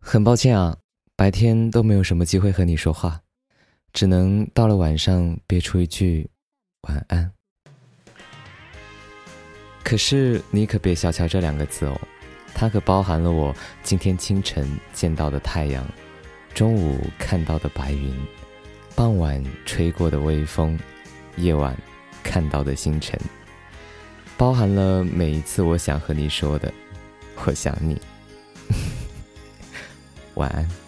很抱歉啊，白天都没有什么机会和你说话，只能到了晚上憋出一句晚安。可是你可别小瞧这2个字哦，它可包含了我今天清晨见到的太阳，中午看到的白云，傍晚吹过的微风，夜晚看到的星辰，包含了每一次我想和你说的我想你。晚安。